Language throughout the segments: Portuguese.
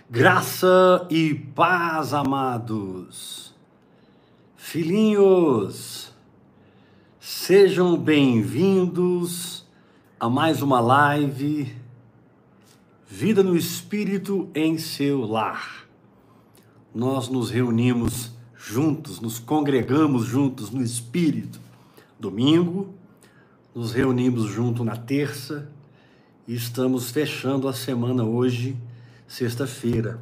Graça e paz, amados, filhinhos, sejam bem-vindos a mais uma live Vida no Espírito em seu lar. Nós nos reunimos juntos, nos congregamos juntos no Espírito. Domingo, nos reunimos junto na terça e estamos fechando a semana hoje, sexta-feira.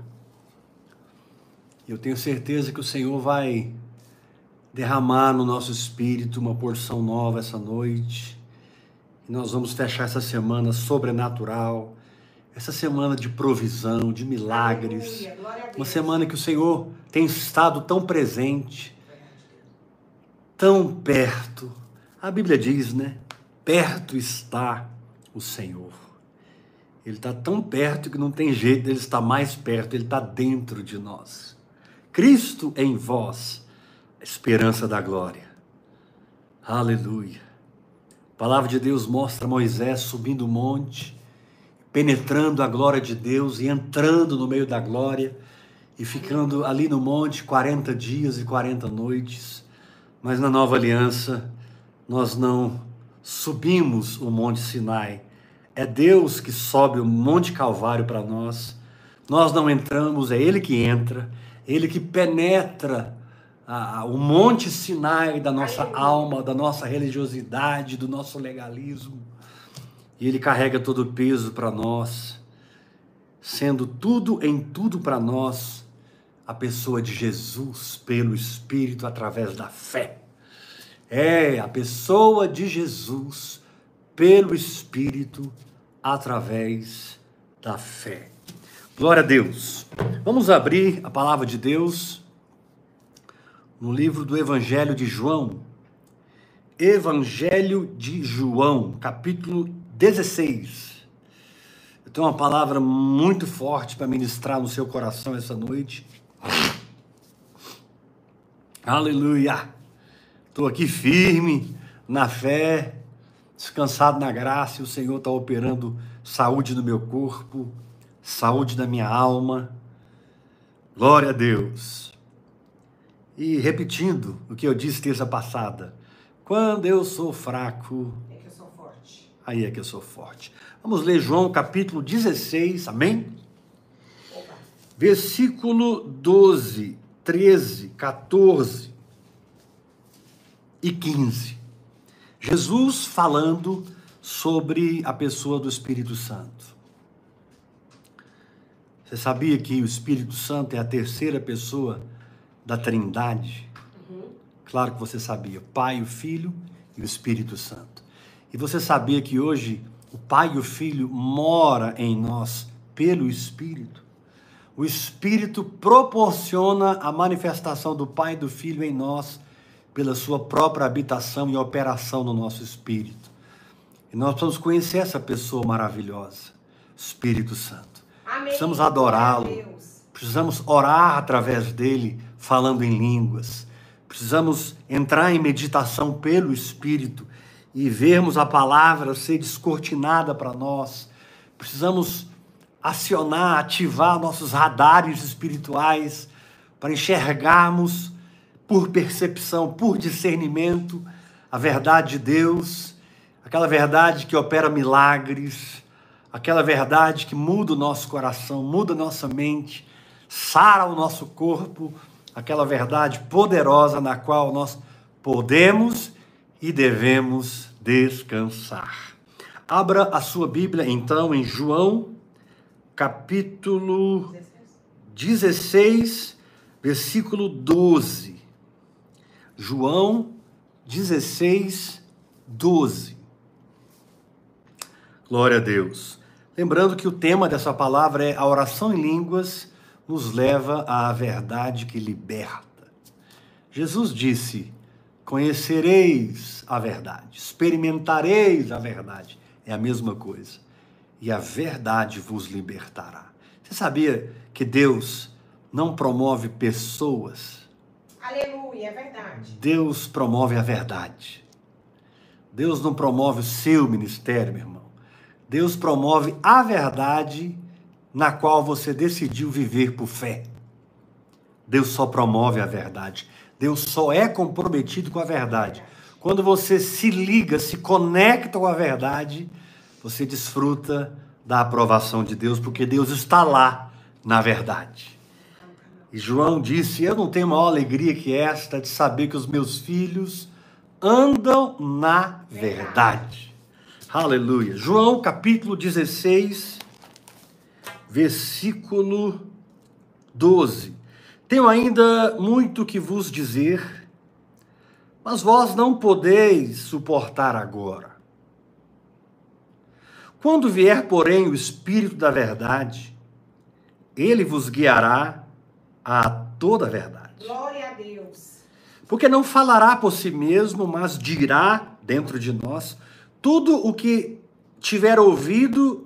Eu tenho certeza que o Senhor vai derramar no nosso espírito uma porção nova essa noite. E nós vamos fechar essa semana sobrenatural, essa semana de provisão, de milagres. Uma semana que o Senhor tem estado tão presente, tão perto. A Bíblia diz, né? Perto está o Senhor. Ele está tão perto que não tem jeito dele estar mais perto, ele está dentro de nós. Cristo em vós, a esperança da glória. Aleluia. A palavra de Deus mostra Moisés subindo o monte, penetrando a glória de Deus e entrando no meio da glória e ficando ali no monte 40 dias e 40 noites. Mas na nova aliança, nós não subimos o monte Sinai. É Deus que sobe o Monte Calvário para nós. Nós não entramos, é Ele que entra. Ele que penetra o Monte Sinai da nossa alma, da nossa religiosidade, do nosso legalismo. E Ele carrega todo o peso para nós, sendo tudo em tudo para nós, a pessoa de Jesus, pelo Espírito, através da fé. É a pessoa de Jesus, pelo Espírito, através da fé. Glória a Deus. Vamos abrir a palavra de Deus no livro do Evangelho de João. Evangelho de João, capítulo 16. Eu tenho uma palavra muito forte para ministrar no seu coração essa noite. Aleluia. Estou aqui firme na fé, descansado na graça, e o Senhor está operando saúde no meu corpo, saúde na minha alma. Glória a Deus. E repetindo o que eu disse terça passada, quando eu sou fraco, é que eu sou forte. Aí é que eu sou forte. Vamos ler João capítulo 16, amém? Opa. Versículo 12, 13, 14 e 15. Jesus falando sobre a pessoa do Espírito Santo. Você sabia que o Espírito Santo é a terceira pessoa da Trindade? Claro que você sabia. O Pai, o Filho e o Espírito Santo. E você sabia que hoje o Pai e o Filho mora em nós pelo Espírito? O Espírito proporciona a manifestação do Pai e do Filho em nós pela sua própria habitação e operação no nosso espírito. E nós precisamos conhecer essa pessoa maravilhosa, Espírito Santo. Amém. Precisamos adorá-lo, precisamos orar através dele, falando em línguas. Precisamos entrar em meditação pelo Espírito e vermos a palavra ser descortinada para nós. Precisamos acionar, ativar nossos radares espirituais para enxergarmos por percepção, por discernimento, a verdade de Deus, aquela verdade que opera milagres, aquela verdade que muda o nosso coração, muda a nossa mente, sara o nosso corpo, aquela verdade poderosa na qual nós podemos e devemos descansar. Abra a sua Bíblia, então, em João, capítulo 16, versículo 12. João 16, 12. Glória a Deus. Lembrando que o tema dessa palavra é a oração em línguas nos leva à verdade que liberta. Jesus disse, conhecereis a verdade, experimentareis a verdade. É a mesma coisa. E a verdade vos libertará. Você sabia que Deus não promove pessoas? Aleluia, é verdade. Deus promove a verdade. Deus não promove o seu ministério, meu irmão. Deus promove a verdade na qual você decidiu viver por fé. Deus só promove a verdade. Deus só é comprometido com a verdade. Quando você se liga, se conecta com a verdade, você desfruta da aprovação de Deus, porque Deus está lá na verdade. E João disse: eu não tenho maior alegria que esta de saber que os meus filhos andam na verdade. Aleluia. João capítulo 16, versículo 12. Tenho ainda muito que vos dizer, mas vós não podeis suportar agora. Quando vier, porém, o Espírito da verdade, ele vos guiará a toda a verdade. Glória a Deus. Porque não falará por si mesmo, mas dirá dentro de nós tudo o que tiver ouvido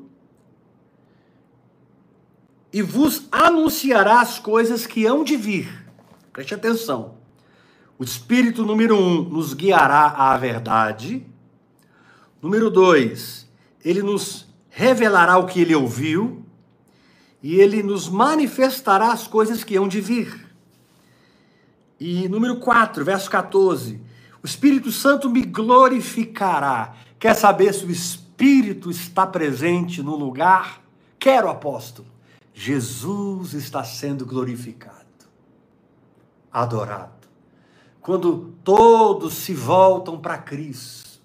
e vos anunciará as coisas que hão de vir. Preste atenção. O Espírito, número 1, nos guiará à verdade. Número 2, ele nos revelará o que ele ouviu. E ele nos manifestará as coisas que hão de vir. E número 4, verso 14. O Espírito Santo me glorificará. Quer saber se o Espírito está presente no lugar? Quero, apóstolo. Jesus está sendo glorificado, adorado. Quando todos se voltam para Cristo,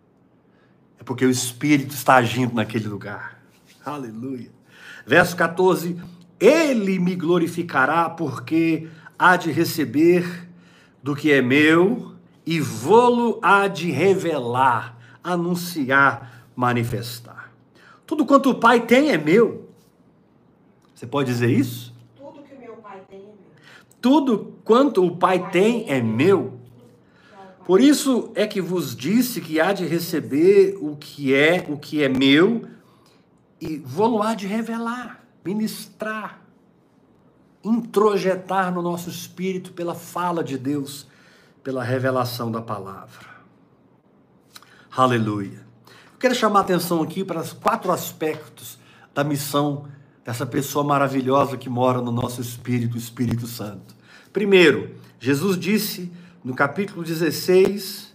é porque o Espírito está agindo naquele lugar. Aleluia. Verso 14, ele me glorificará porque há de receber do que é meu e vô-lo há de revelar, anunciar, manifestar. Tudo quanto o Pai tem é meu. Você pode dizer isso? Tudo que o meu Pai tem é meu. Tudo quanto o Pai tem é meu. Por isso é que vos disse que há de receber o que é meu, e vô-lo há de revelar, ministrar, introjetar no nosso espírito pela fala de Deus, pela revelação da palavra. Aleluia. Eu quero chamar a atenção aqui para os 4 aspectos da missão dessa pessoa maravilhosa que mora no nosso espírito, o Espírito Santo. Primeiro, Jesus disse no capítulo 16,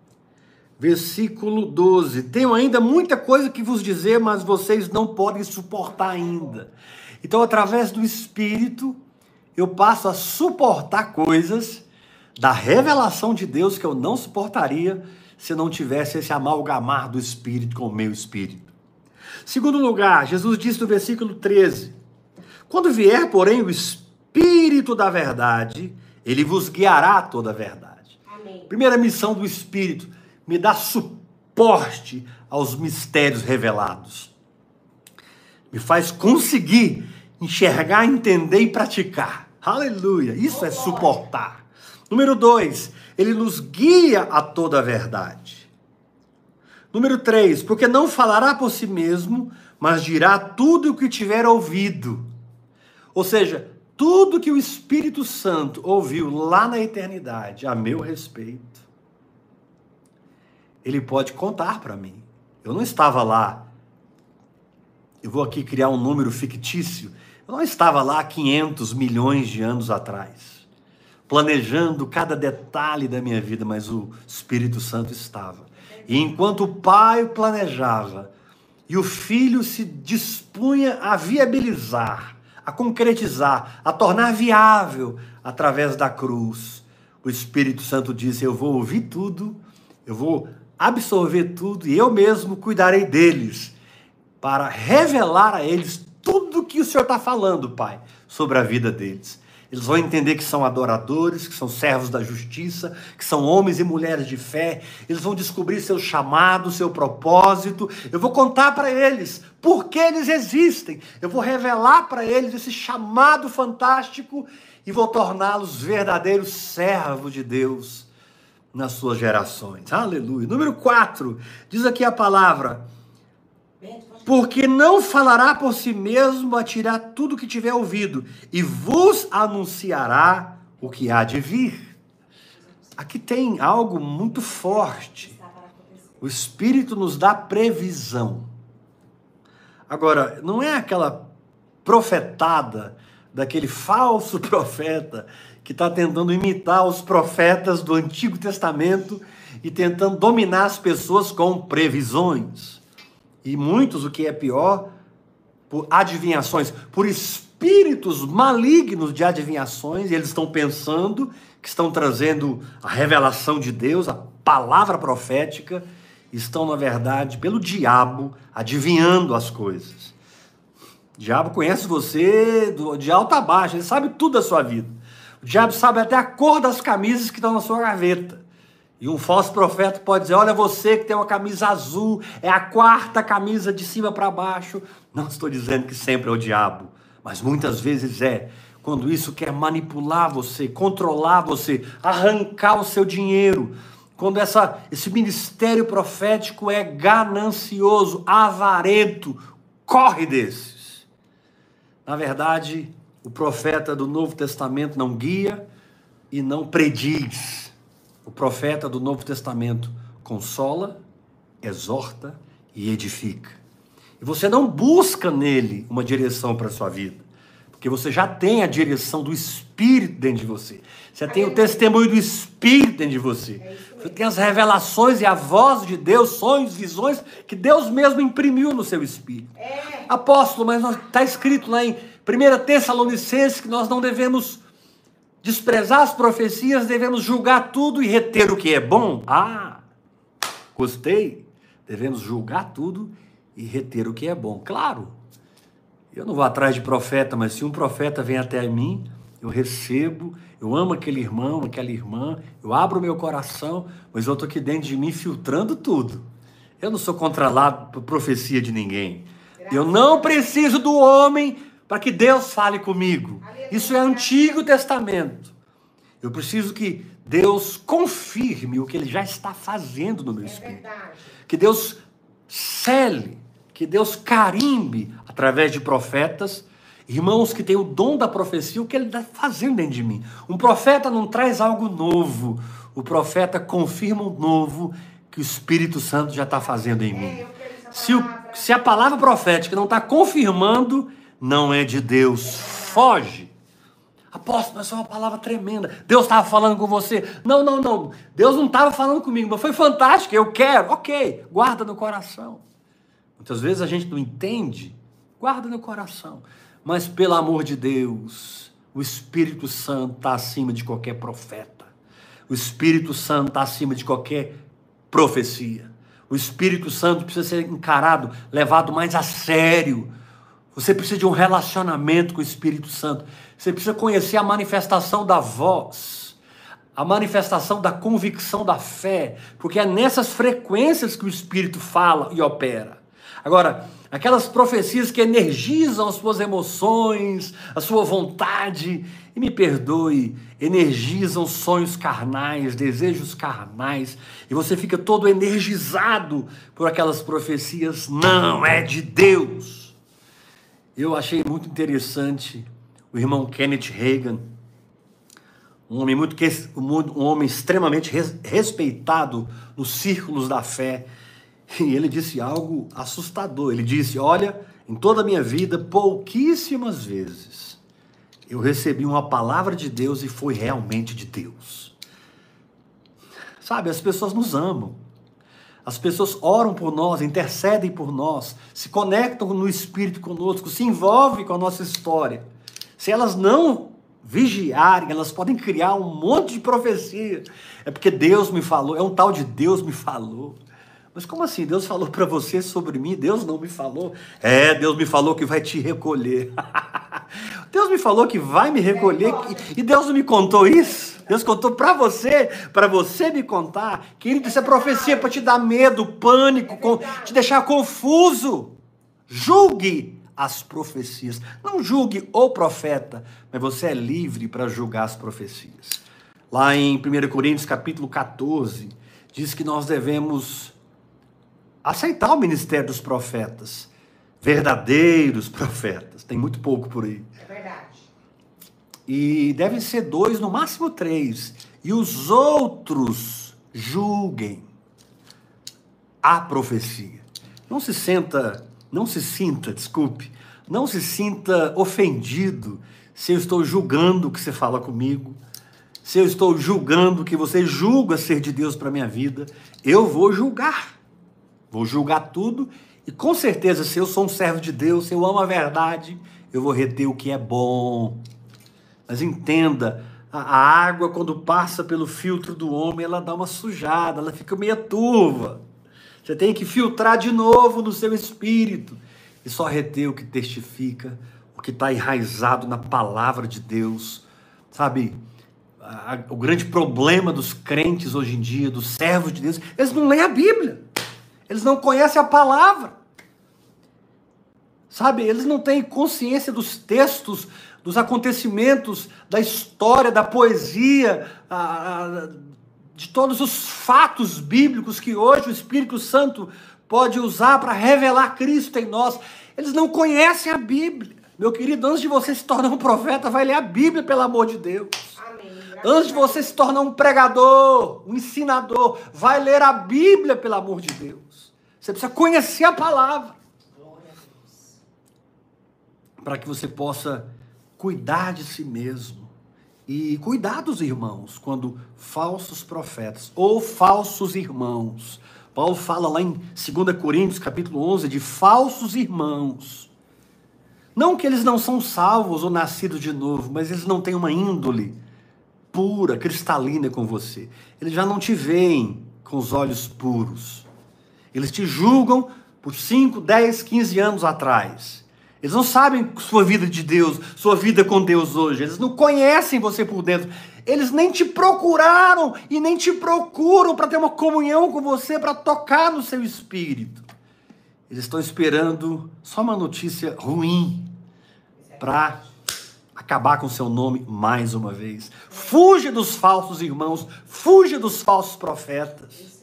versículo 12, tenho ainda muita coisa que vos dizer, mas vocês não podem suportar ainda. Então, através do Espírito, eu passo a suportar coisas da revelação de Deus que eu não suportaria se não tivesse esse amalgamar do Espírito com o meu Espírito. Segundo lugar, Jesus disse no versículo 13, quando vier, porém, o Espírito da verdade, ele vos guiará a toda a verdade. Amém. Primeira missão do Espírito, me dá suporte aos mistérios revelados. Me faz conseguir enxergar, entender e praticar. Aleluia! Isso é suportar. Número 2, ele nos guia a toda a verdade. Número 3, porque não falará por si mesmo, mas dirá tudo o que tiver ouvido. Ou seja, tudo que o Espírito Santo ouviu lá na eternidade a meu respeito, ele pode contar para mim. Eu não estava lá, eu vou aqui criar um número fictício, eu não estava lá 500 milhões de anos atrás, planejando cada detalhe da minha vida, mas o Espírito Santo estava. E enquanto o Pai planejava, e o Filho se dispunha a viabilizar, a concretizar, a tornar viável através da cruz, o Espírito Santo disse, eu vou ouvir tudo, eu vou absorver tudo e eu mesmo cuidarei deles para revelar a eles tudo que o Senhor está falando, Pai, sobre a vida deles. Eles vão entender que são adoradores, que são servos da justiça, que são homens e mulheres de fé. Eles vão descobrir seu chamado, seu propósito. Eu vou contar para eles por que eles existem. Eu vou revelar para eles esse chamado fantástico e vou torná-los verdadeiros servos de Deus nas suas gerações. Aleluia. Número 4, diz aqui a palavra, porque não falará por si mesmo, a tirar tudo que tiver ouvido, e vos anunciará o que há de vir. Aqui tem algo muito forte. O Espírito nos dá previsão. Agora, não é aquela profetada daquele falso profeta que está tentando imitar os profetas do Antigo Testamento e tentando dominar as pessoas com previsões. E muitos, o que é pior, por adivinhações, por espíritos malignos de adivinhações, e eles estão pensando que estão trazendo a revelação de Deus, a palavra profética, estão, na verdade, pelo diabo, adivinhando as coisas. O diabo conhece você de alto a baixo, ele sabe tudo da sua vida. O diabo sabe até a cor das camisas que estão na sua gaveta. E um falso profeta pode dizer, olha, você que tem uma camisa azul, é a quarta camisa de cima para baixo. Não estou dizendo que sempre é o diabo, mas muitas vezes é. Quando isso quer manipular você, controlar você, arrancar o seu dinheiro. Quando esse ministério profético é ganancioso, avarento, corre desses. Na verdade, o profeta do Novo Testamento não guia e não prediz. O profeta do Novo Testamento consola, exorta e edifica. E você não busca nele uma direção para a sua vida, porque você já tem a direção do Espírito dentro de você. Você tem o testemunho do Espírito dentro de você. Você tem as revelações e a voz de Deus, sonhos, visões, que Deus mesmo imprimiu no seu espírito. Apóstolo, mas está escrito lá em 1 Tessalonicenses que nós não devemos desprezar as profecias, devemos julgar tudo e reter o que é bom. Ah, gostei. Devemos julgar tudo e reter o que é bom. Claro, eu não vou atrás de profeta, mas se um profeta vem até mim, eu recebo, eu amo aquele irmão, aquela irmã, eu abro o meu coração, mas eu estou aqui dentro de mim filtrando tudo. Eu não sou controlado por profecia de ninguém. Eu não preciso do homem para que Deus fale comigo. Isso é Antigo Testamento. Eu preciso que Deus confirme o que Ele já está fazendo no meu espírito. Que Deus cele, que Deus carimbe através de profetas, irmãos que têm o dom da profecia, o que Ele está fazendo dentro de mim. Um profeta não traz algo novo, o profeta confirma o novo que o Espírito Santo já está fazendo em mim. Se a palavra profética não está confirmando, não é de Deus. Foge. Apóstolo, mas foi uma palavra tremenda. Deus estava falando com você. Não. Deus não estava falando comigo, mas foi fantástico. Eu quero. Ok, guarda no coração. Muitas vezes a gente não entende. Guarda no coração. Mas pelo amor de Deus, o Espírito Santo está acima de qualquer profeta. O Espírito Santo está acima de qualquer profecia. O Espírito Santo precisa ser encarado, levado mais a sério. Você precisa de um relacionamento com o Espírito Santo. Você precisa conhecer a manifestação da voz, a manifestação da convicção da fé, porque é nessas frequências que o Espírito fala e opera. Agora, aquelas profecias que energizam as suas emoções, a sua vontade, e me perdoe, energizam sonhos carnais, desejos carnais, e você fica todo energizado por aquelas profecias, não é de Deus. Eu achei muito interessante o irmão Kenneth Hagin, um homem extremamente respeitado nos círculos da fé, e ele disse algo assustador. Ele disse, olha, em toda a minha vida, pouquíssimas vezes eu recebi uma palavra de Deus e foi realmente de Deus. Sabe, as pessoas nos amam. As pessoas oram por nós, intercedem por nós, se conectam no Espírito conosco, se envolvem com a nossa história. Se elas não vigiarem, elas podem criar um monte de profecia. É porque Deus me falou, é um tal de Deus me falou. Mas como assim? Deus falou para você sobre mim? Deus não me falou? Deus me falou que vai te recolher. Deus me falou que vai me recolher e Deus não me contou isso? Deus contou para você me contar. Querido, isso é profecia para te dar medo, pânico, te deixar confuso. Julgue as profecias. Não julgue o profeta, mas você é livre para julgar as profecias. Lá em 1 Coríntios capítulo 14, diz que nós devemos aceitar o ministério dos profetas, verdadeiros profetas. Tem muito pouco por aí. É verdade. E devem ser 2, no máximo 3. E os outros julguem a profecia. Não se sinta, Não se sinta ofendido se eu estou julgando o que você fala comigo, se eu estou julgando o que você julga ser de Deus para a minha vida. Eu vou julgar tudo, e com certeza, se eu sou um servo de Deus, se eu amo a verdade, eu vou reter o que é bom. Mas entenda, a água, quando passa pelo filtro do homem, ela dá uma sujada, ela fica meio turva. Você tem que filtrar de novo no seu espírito e só reter o que testifica, o que está enraizado na palavra de Deus. Sabe, o grande problema dos crentes hoje em dia, dos servos de Deus, eles não leem a Bíblia, eles não conhecem a palavra. Sabe, eles não têm consciência dos textos, dos acontecimentos, da história, da poesia, de todos os fatos bíblicos que hoje o Espírito Santo pode usar para revelar Cristo em nós. Eles não conhecem a Bíblia. Meu querido, antes de você se tornar um profeta, vai ler a Bíblia, pelo amor de Deus. Amém. Antes de você se tornar um pregador, um ensinador, vai ler a Bíblia, pelo amor de Deus. Você precisa conhecer a palavra, para que você possa cuidar de si mesmo e cuidar dos irmãos quando falsos profetas ou falsos irmãos. Paulo fala lá em 2 Coríntios capítulo 11 de falsos irmãos. Não que eles não são salvos ou nascidos de novo, mas eles não têm uma índole pura, cristalina com você. Eles já não te veem com os olhos puros. Eles te julgam por 5, 10, 15 anos atrás. Eles não sabem sua vida de Deus, sua vida com Deus hoje. Eles não conhecem você por dentro. Eles nem te procuraram e nem te procuram para ter uma comunhão com você, para tocar no seu espírito. Eles estão esperando só uma notícia ruim para acabar com seu nome mais uma vez. Fuja dos falsos irmãos, fuja dos falsos profetas.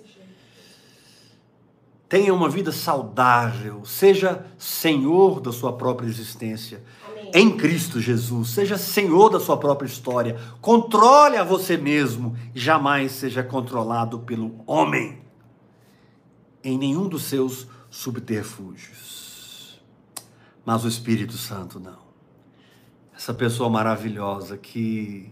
Tenha uma vida saudável, seja senhor da sua própria existência. Amém. Em Cristo Jesus, seja senhor da sua própria história, controle a você mesmo, e jamais seja controlado pelo homem, em nenhum dos seus subterfúgios. Mas o Espírito Santo não. Essa pessoa maravilhosa que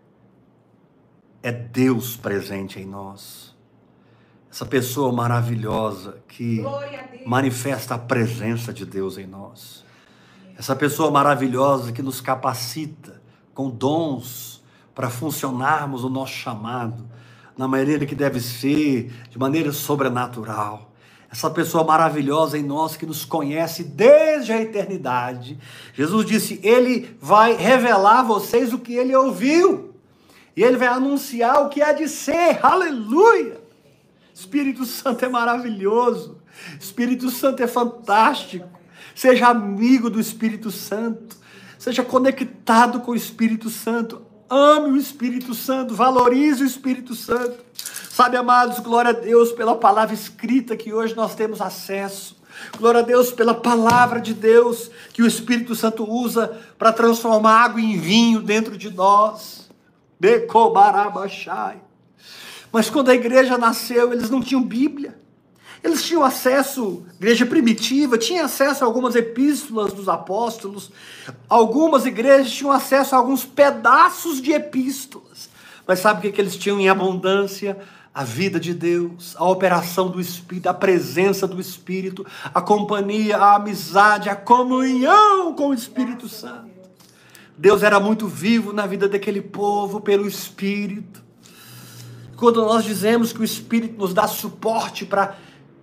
é Deus presente em nós. Essa pessoa maravilhosa que manifesta a presença de Deus em nós. Essa pessoa maravilhosa que nos capacita com dons para funcionarmos o nosso chamado na maneira que deve ser, de maneira sobrenatural. Essa pessoa maravilhosa em nós que nos conhece desde a eternidade. Jesus disse, ele vai revelar a vocês o que ele ouviu. E ele vai anunciar o que há de ser. Aleluia! Espírito Santo é maravilhoso, Espírito Santo é fantástico. Seja amigo do Espírito Santo, seja conectado com o Espírito Santo, ame o Espírito Santo, valorize o Espírito Santo. Sabe, amados, glória a Deus pela palavra escrita que hoje nós temos acesso. Glória a Deus pela palavra de Deus que o Espírito Santo usa para transformar água em vinho dentro de nós. Decobarabachai. Mas quando a igreja nasceu, eles não tinham Bíblia. Eles tinham acesso, igreja primitiva, tinha acesso a algumas epístolas dos apóstolos. Algumas igrejas tinham acesso a alguns pedaços de epístolas. Mas sabe o que eles tinham em abundância? A vida de Deus, a operação do Espírito, a presença do Espírito, a companhia, a amizade, a comunhão com o Espírito Santo. Deus era muito vivo na vida daquele povo pelo Espírito. Quando nós dizemos que o Espírito nos dá suporte para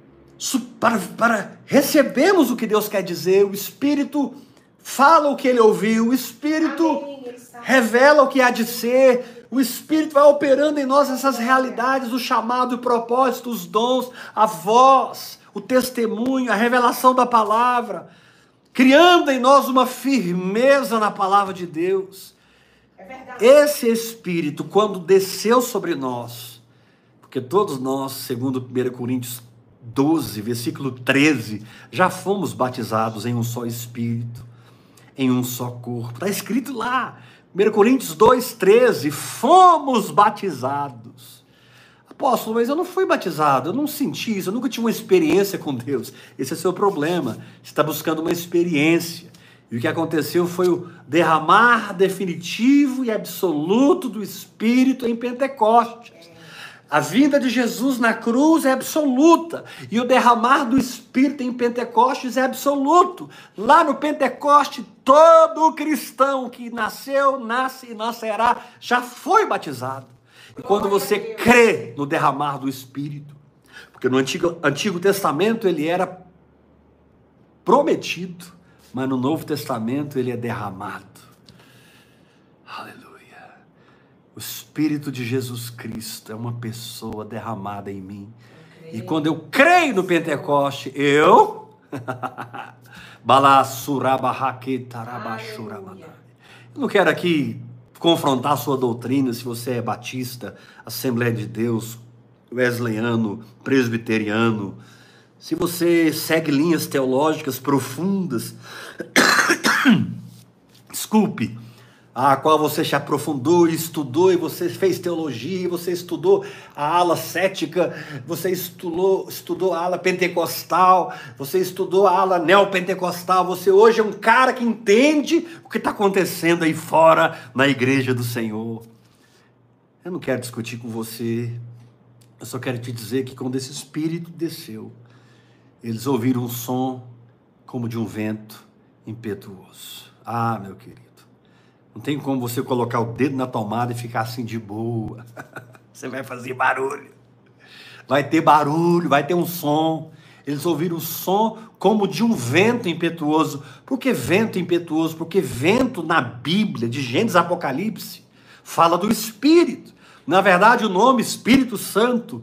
recebermos o que Deus quer dizer, o Espírito fala o que ele ouviu, o Espírito revela o que há de ser, o Espírito vai operando em nós essas realidades, o chamado, o propósito, os dons, a voz, o testemunho, a revelação da palavra, criando em nós uma firmeza na palavra de Deus. Esse Espírito, quando desceu sobre nós, porque todos nós, segundo 1 Coríntios 12, versículo 13, já fomos batizados em um só Espírito, em um só corpo. Está escrito lá, 1 Coríntios 2, 13, fomos batizados. Apóstolo, mas eu não fui batizado, eu não senti isso, eu nunca tive uma experiência com Deus. Esse é o seu problema, você está buscando uma experiência. E o que aconteceu foi o derramar definitivo e absoluto do Espírito em Pentecostes. A vinda de Jesus na cruz é absoluta. E o derramar do Espírito em Pentecostes é absoluto. Lá no Pentecoste, todo cristão que nasceu, nasce e nascerá, já foi batizado. E quando você crê no derramar do Espírito, porque no Antigo Testamento ele era prometido, mas no Novo Testamento ele é derramado. Aleluia. O Espírito de Jesus Cristo é uma pessoa derramada em mim. E quando eu creio no Pentecoste, eu não quero aqui confrontar sua doutrina, se você é batista, Assembleia de Deus, wesleyano, presbiteriano, se você segue linhas teológicas profundas, desculpe, a qual você se aprofundou e estudou, e você fez teologia, você estudou a ala cética, você estudou a ala pentecostal, você estudou a ala neopentecostal, você hoje é um cara que entende o que está acontecendo aí fora na igreja do Senhor. Eu não quero discutir com você, eu só quero te dizer que quando esse Espírito desceu, eles ouviram um som como de um vento impetuoso. Ah, meu querido, não tem como você colocar o dedo na tomada e ficar assim de boa. Você vai fazer barulho. Vai ter barulho, vai ter um som. Eles ouviram um som como de um vento impetuoso. Por que vento impetuoso? Porque vento na Bíblia, de Gênesis a Apocalipse, fala do Espírito. Na verdade, o nome Espírito Santo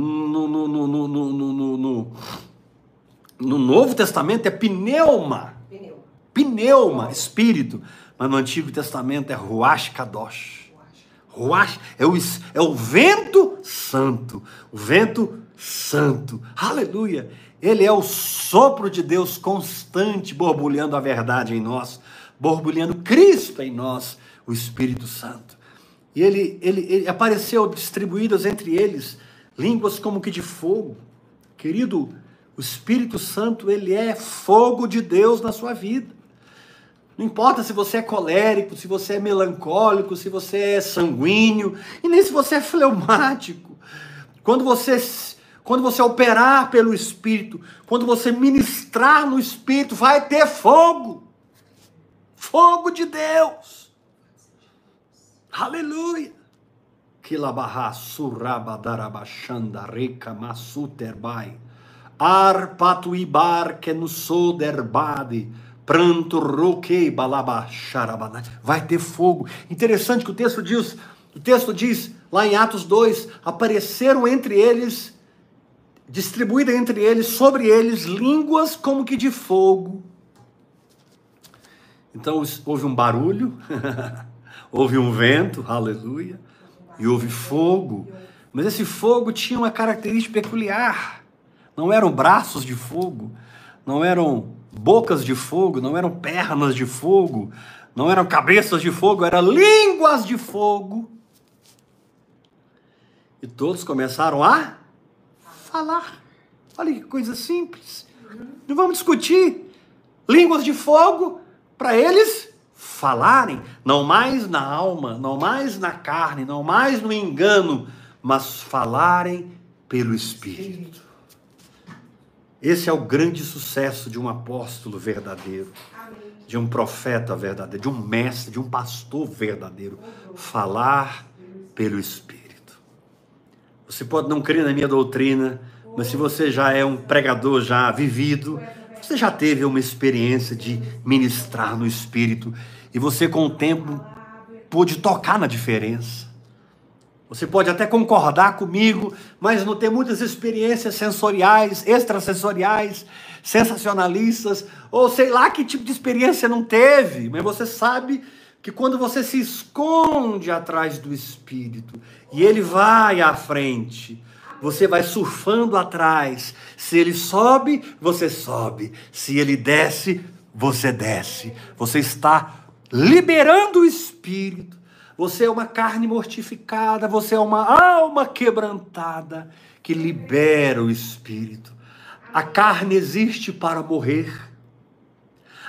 no Novo Testamento é pneuma. Pneuma, Espírito. Mas no Antigo Testamento é Ruach Kadosh. Ruach é o vento santo. O vento santo. Aleluia. Ele é o sopro de Deus constante, borbulhando a verdade em nós, borbulhando Cristo em nós, o Espírito Santo. E ele apareceu distribuídas entre eles línguas como que de fogo. Querido, o Espírito Santo, ele é fogo de Deus na sua vida. Não importa se você é colérico, se você é melancólico, se você é sanguíneo, e nem se você é fleumático. Quando você operar pelo Espírito, quando você ministrar no Espírito, vai ter fogo. Fogo de Deus. Aleluia. Kilabaha surabadarabashanda reka masuterbai. Arpatuibar que no soderbade. Pranto roquei balaba xarabanai. Vai ter fogo. Interessante que o texto diz lá em Atos 2, apareceram entre eles, distribuída entre eles, sobre eles, línguas como que de fogo. Então houve um barulho, houve um vento, aleluia, e houve fogo. Mas esse fogo tinha uma característica peculiar. Não eram braços de fogo, não eram bocas de fogo, não eram pernas de fogo, não eram cabeças de fogo, eram línguas de fogo. E todos começaram a falar. Olha que coisa simples. Não vamos discutir. Línguas de fogo para eles falarem. Não mais na alma, não mais na carne, não mais no engano, mas falarem pelo Espírito. Esse é o grande sucesso de um apóstolo verdadeiro, de um profeta verdadeiro, de um mestre, de um pastor verdadeiro. Falar pelo Espírito. Você pode não crer na minha doutrina, mas se você já é um pregador já vivido, você já teve uma experiência de ministrar no Espírito, e você com o tempo pôde tocar na diferença. Você pode até concordar comigo, mas não tem muitas experiências sensoriais, extrasensoriais, sensacionalistas, ou sei lá que tipo de experiência não teve, mas você sabe que quando você se esconde atrás do Espírito, e ele vai à frente, você vai surfando atrás. Se ele sobe, você sobe. Se ele desce, você desce. Você está liberando o Espírito. Você é uma carne mortificada, você é uma alma quebrantada que libera o Espírito. A carne existe para morrer.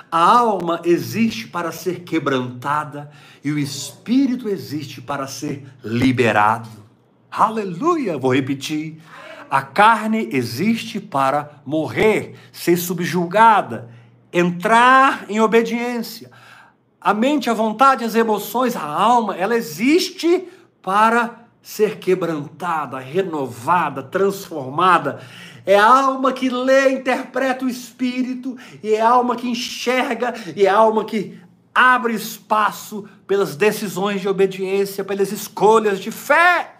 A alma existe para ser quebrantada e o espírito existe para ser liberado. Aleluia! Vou repetir. A carne existe para morrer, ser subjugada, entrar em obediência. A mente, a vontade, as emoções, a alma, ela existe para ser quebrantada, renovada, transformada. É a alma que lê, interpreta o espírito, e é a alma que enxerga, e é a alma que abre espaço pelas decisões de obediência, pelas escolhas de fé.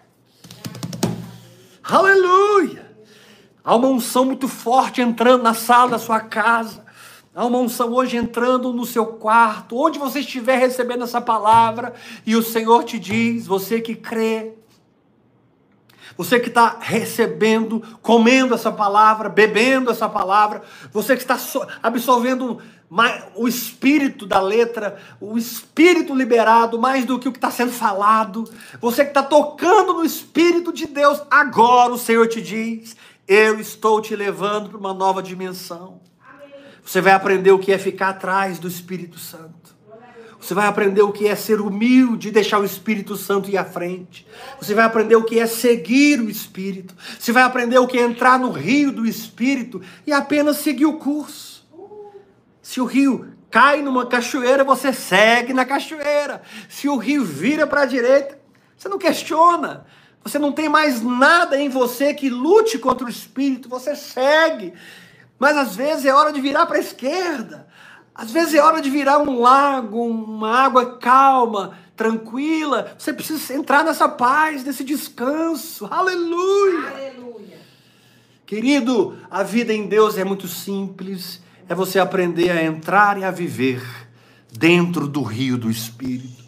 Aleluia! Há uma unção muito forte entrando na sala da sua casa. Há uma unção hoje entrando no seu quarto, onde você estiver recebendo essa palavra, e o Senhor te diz, você que crê, você que está recebendo, comendo essa palavra, bebendo essa palavra, você que está absorvendo o espírito da letra, o espírito liberado, mais do que o que está sendo falado, você que está tocando no Espírito de Deus, agora o Senhor te diz, eu estou te levando para uma nova dimensão. Você vai aprender o que é ficar atrás do Espírito Santo. Você vai aprender o que é ser humilde e deixar o Espírito Santo ir à frente. Você vai aprender o que é seguir o Espírito. Você vai aprender o que é entrar no rio do Espírito e apenas seguir o curso. Se o rio cai numa cachoeira, você segue na cachoeira. Se o rio vira para a direita, você não questiona. Você não tem mais nada em você que lute contra o Espírito. Você segue. Mas às vezes é hora de virar para a esquerda. Às vezes é hora de virar um lago, uma água calma, tranquila. Você precisa entrar nessa paz, nesse descanso. Aleluia! Aleluia! Querido, a vida em Deus é muito simples. É você aprender a entrar e a viver dentro do rio do Espírito.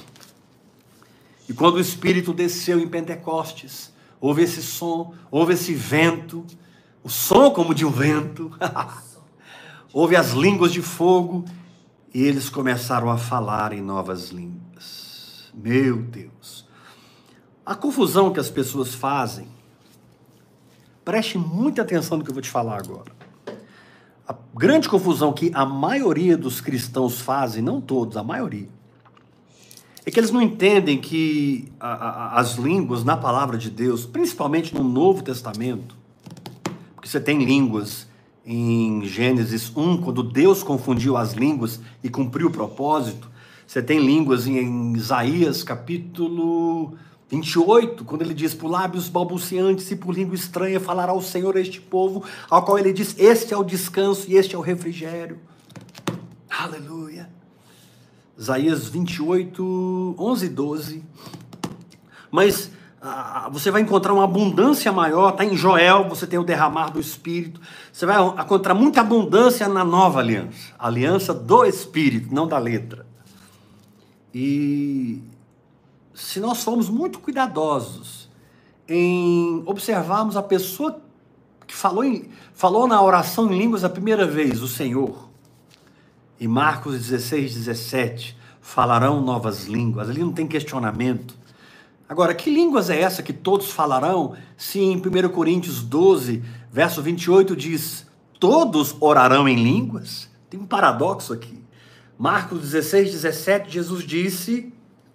E quando o Espírito desceu em Pentecostes, houve esse som, houve esse vento, o som como de um vento. Houve as línguas de fogo e eles começaram a falar em novas línguas. Meu Deus! A confusão que as pessoas fazem, preste muita atenção no que eu vou te falar agora. A grande confusão que a maioria dos cristãos fazem, não todos, a maioria, é que eles não entendem que as línguas na palavra de Deus, principalmente no Novo Testamento, porque você tem línguas em Gênesis 1, quando Deus confundiu as línguas e cumpriu o propósito. Você tem línguas em Isaías capítulo 28, quando ele diz, por lábios balbuciantes e por língua estranha falará o Senhor a este povo, ao qual ele diz, este é o descanso e este é o refrigério. Aleluia. Isaías 28, 11 e 12. Mas você vai encontrar uma abundância maior, está em Joel, você tem o derramar do Espírito, você vai encontrar muita abundância na nova aliança, a aliança do Espírito, não da letra. E se nós formos muito cuidadosos em observarmos a pessoa que falou na oração em línguas a primeira vez, o Senhor, em Marcos 16, 17, falarão novas línguas, ali não tem questionamento. Agora, que línguas é essa que todos falarão, se em 1 Coríntios 12, verso 28 diz, todos orarão em línguas? Tem um paradoxo aqui. Marcos 16, 17, Jesus disse,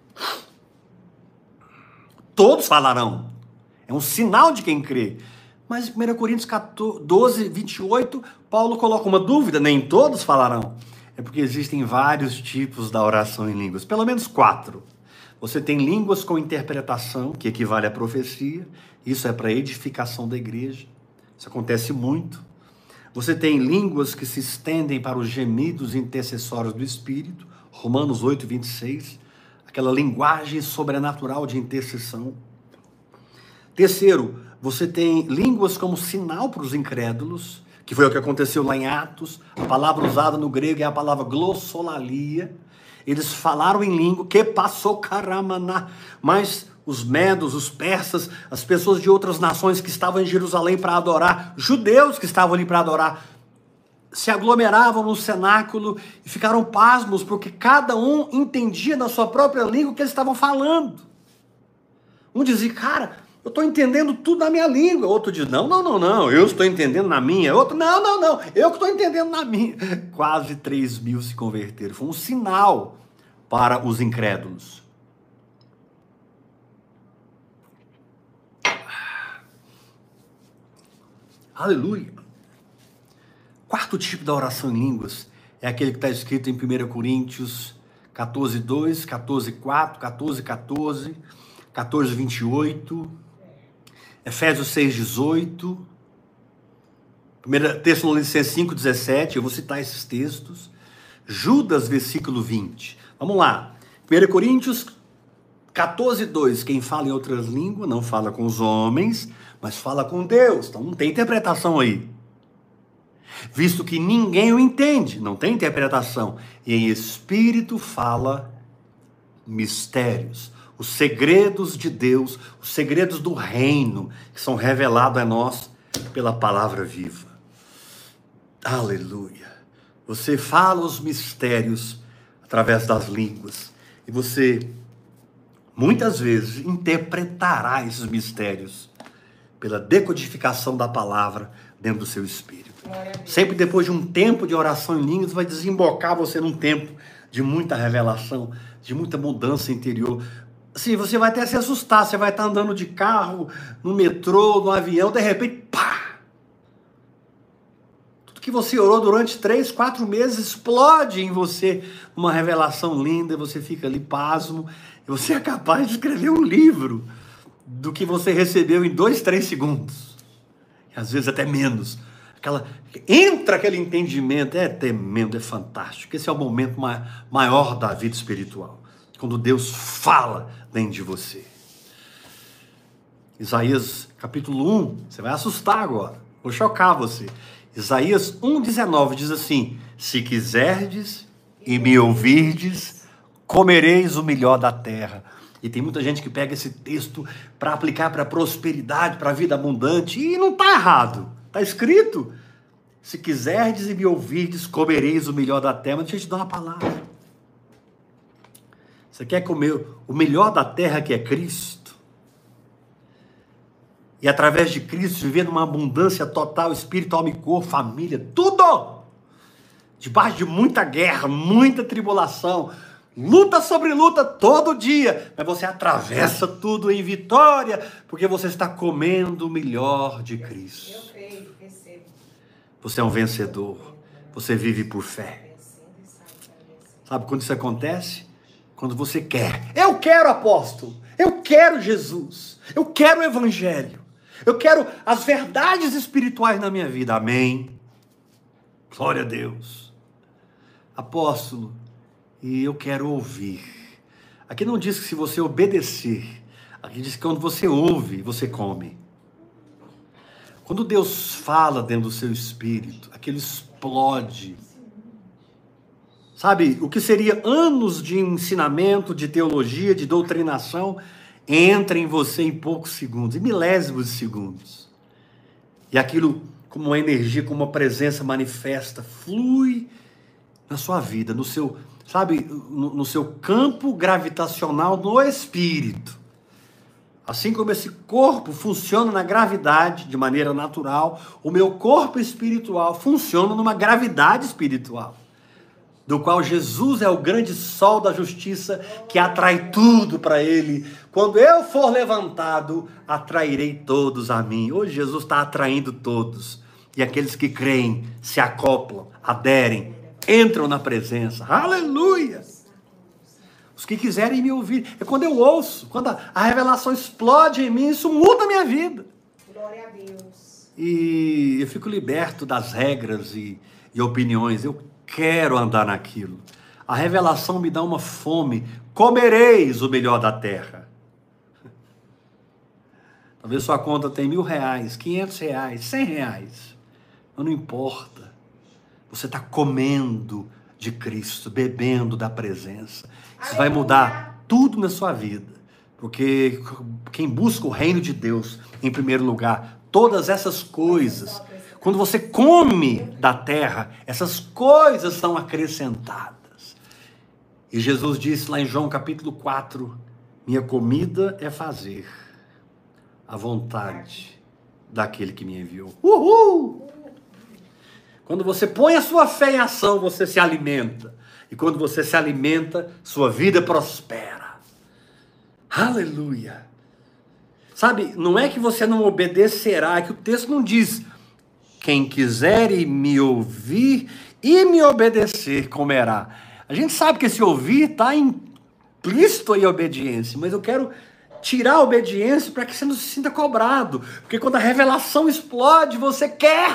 todos falarão. É um sinal de quem crê. Mas em 1 Coríntios 12, 28, Paulo coloca uma dúvida, nem todos falarão. É porque existem vários tipos da oração em línguas, pelo menos 4. Você tem línguas com interpretação, que equivale à profecia. Isso é para edificação da igreja. Isso acontece muito. Você tem línguas que se estendem para os gemidos intercessórios do Espírito. Romanos 8, 26. Aquela linguagem sobrenatural de intercessão. Terceiro, você tem línguas como sinal para os incrédulos, que foi o que aconteceu lá em Atos. A palavra usada no grego é a palavra glossolalia. Eles falaram em língua, que passou caramaná, mas os medos, os persas, as pessoas de outras nações que estavam em Jerusalém para adorar, judeus que estavam ali para adorar, se aglomeravam no cenáculo e ficaram pasmos, porque cada um entendia na sua própria língua o que eles estavam falando. Um dizia, cara, Eu estou entendendo tudo na minha língua. Outro diz, não, eu estou entendendo na minha. Outro, não, eu que estou entendendo na minha. Quase 3.000 se converteram. Foi um sinal para os incrédulos. Aleluia. Quarto tipo da oração em línguas é aquele que está escrito em 1 Coríntios 14:2, 14:4, 14:14, 14:28, Efésios 6:18, 1 Tessalonicenses 5:17, eu vou citar esses textos, Judas, versículo 20. Vamos lá, 1 Coríntios 14:2, quem fala em outras línguas não fala com os homens, mas fala com Deus, então não tem interpretação aí. Visto que ninguém o entende, não tem interpretação, e em espírito fala mistérios, os segredos de Deus, os segredos do reino, que são revelados a nós pela palavra viva. Aleluia! Você fala os mistérios através das línguas, e você muitas vezes interpretará esses mistérios pela decodificação da palavra dentro do seu espírito. Sempre depois de um tempo de oração em línguas, vai desembocar você num tempo de muita revelação, de muita mudança interior. Assim, você vai até se assustar, você vai estar andando de carro, no metrô, no avião, de repente, pá! Tudo que você orou durante 3, 4 meses explode em você uma revelação linda, você fica ali pasmo, e você é capaz de escrever um livro do que você recebeu em 2, 3 segundos. E às vezes até menos. Entra aquele entendimento, é tremendo, é fantástico. Esse é o momento maior da vida espiritual, quando Deus fala dentro de você. Isaías capítulo 1, você vai assustar agora, vou chocar você. Isaías 1:19 diz assim: se quiserdes e me ouvirdes, comereis o melhor da terra. E tem muita gente que pega esse texto para aplicar para a prosperidade, para a vida abundante, e não está errado. Está escrito, se quiserdes e me ouvirdes, comereis o melhor da terra. Mas deixa eu te dar uma palavra. Você quer comer o melhor da terra, que é Cristo? E através de Cristo viver numa abundância total, espírito, alma e corpo, família, tudo! Debaixo de muita guerra, muita tribulação, luta sobre luta todo dia, mas você atravessa tudo em vitória, porque você está comendo o melhor de Cristo. Eu creio, recebo. Você é um vencedor, você vive por fé. Sabe quando isso acontece? Quando você quer. Eu quero, apóstolo, eu quero Jesus, eu quero o evangelho, eu quero as verdades espirituais na minha vida, amém? Glória a Deus. Apóstolo, e eu quero ouvir. Aqui não diz que se você obedecer, aqui diz que quando você ouve, você come. Quando Deus fala dentro do seu espírito, aquilo explode. Sabe, o que seria anos de ensinamento, de teologia, de doutrinação, entra em você em poucos segundos, em milésimos de segundos. E aquilo, como uma energia, como uma presença manifesta, flui na sua vida, no seu, sabe, no seu campo gravitacional no espírito. Assim como esse corpo funciona na gravidade de maneira natural, o meu corpo espiritual funciona numa gravidade espiritual, do qual Jesus é o grande sol da justiça que atrai tudo para ele. Quando eu for levantado, atrairei todos a mim. Hoje Jesus está atraindo todos. E aqueles que creem, se acoplam, aderem, entram na presença. Aleluia! Os que quiserem me ouvir. É quando eu ouço, quando a revelação explode em mim, isso muda a minha vida. Glória a Deus. E eu fico liberto das regras e opiniões. Eu quero andar naquilo. A revelação me dá uma fome. Comereis o melhor da terra. Talvez sua conta tem R$1.000, R$500, R$100. Mas não importa. Você está comendo de Cristo, bebendo da presença. Isso vai mudar tudo na sua vida. Porque quem busca o reino de Deus, em primeiro lugar, todas essas coisas, quando você come da terra, essas coisas são acrescentadas. E Jesus disse lá em João capítulo 4, minha comida é fazer a vontade daquele que me enviou. Uhul! Quando você põe a sua fé em ação, você se alimenta. E quando você se alimenta, sua vida prospera. Aleluia! Sabe, não é que você não obedecerá, é que o texto não diz: quem quiser me ouvir e me obedecer, comerá. A gente sabe que esse ouvir está implícito em obediência, mas eu quero tirar a obediência para que você não se sinta cobrado. Porque quando a revelação explode, você quer.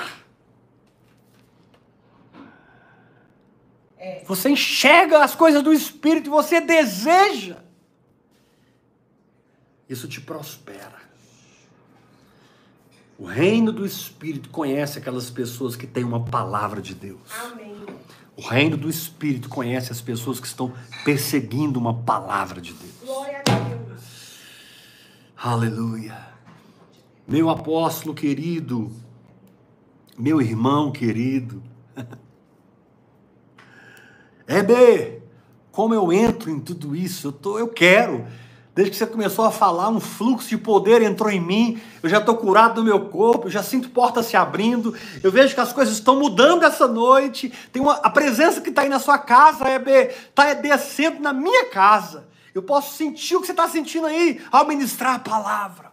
Você enxerga as coisas do Espírito e você deseja. Isso te prospera. O reino do Espírito conhece aquelas pessoas que têm uma palavra de Deus. Amém. O reino do Espírito conhece as pessoas que estão perseguindo uma palavra de Deus. Glória a Deus. Aleluia. Meu apóstolo querido, meu irmão querido. Como eu entro em tudo isso? Eu quero. Desde que você começou a falar, um fluxo de poder entrou em mim. Eu já estou curado do meu corpo, eu já sinto portas se abrindo. Eu vejo que as coisas estão mudando essa noite. A presença que está aí na sua casa, está descendo na minha casa. Eu posso sentir o que você está sentindo aí ao ministrar a palavra.